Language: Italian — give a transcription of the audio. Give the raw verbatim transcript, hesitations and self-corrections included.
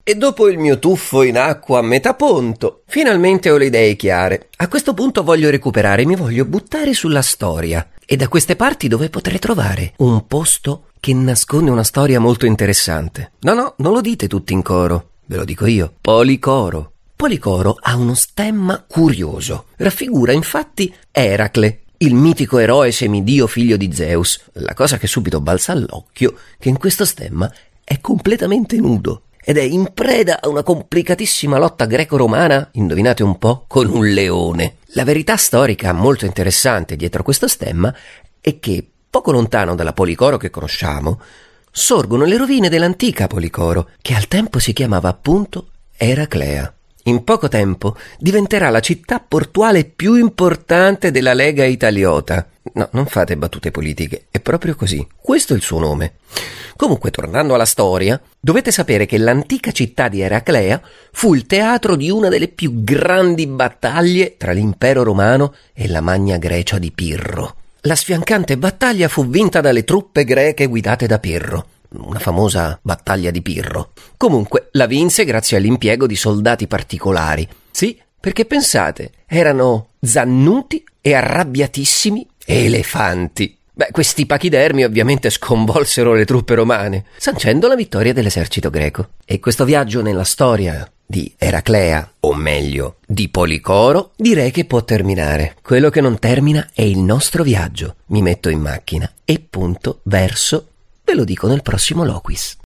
E dopo il mio tuffo in acqua a metà ponto, finalmente ho le idee chiare. A questo punto voglio recuperare, mi voglio buttare sulla storia. E da queste parti dove potrei trovare un posto che nasconde una storia molto interessante. No, no, non lo dite tutti in coro, ve lo dico io. Policoro. Policoro ha uno stemma curioso. Raffigura infatti Eracle, il mitico eroe semidio figlio di Zeus. La cosa che subito balza all'occhio che in questo stemma è completamente nudo ed è in preda a una complicatissima lotta greco-romana, indovinate un po', con un leone. La verità storica molto interessante dietro questo stemma è che poco lontano dalla Policoro che conosciamo sorgono le rovine dell'antica Policoro, che al tempo si chiamava appunto Eraclea. In poco tempo diventerà la città portuale più importante della Lega Italiota. No, non fate battute politiche, è proprio così. Questo è il suo nome. Comunque, tornando alla storia, dovete sapere che l'antica città di Eraclea fu il teatro di una delle più grandi battaglie tra l'impero romano e la Magna Grecia di Pirro. La sfiancante battaglia fu vinta dalle truppe greche guidate da Pirro. Una famosa battaglia di Pirro. Comunque la vinse grazie all'impiego di soldati particolari. Sì, perché pensate, erano zannuti e arrabbiatissimi elefanti. Beh, questi pachidermi ovviamente sconvolsero le truppe romane, sancendo la vittoria dell'esercito greco. E questo viaggio nella storia di Eraclea, o meglio, di Policoro, direi che può terminare. Quello che non termina è il nostro viaggio. Mi metto in macchina e punto verso... Ve lo dico nel prossimo Loquis.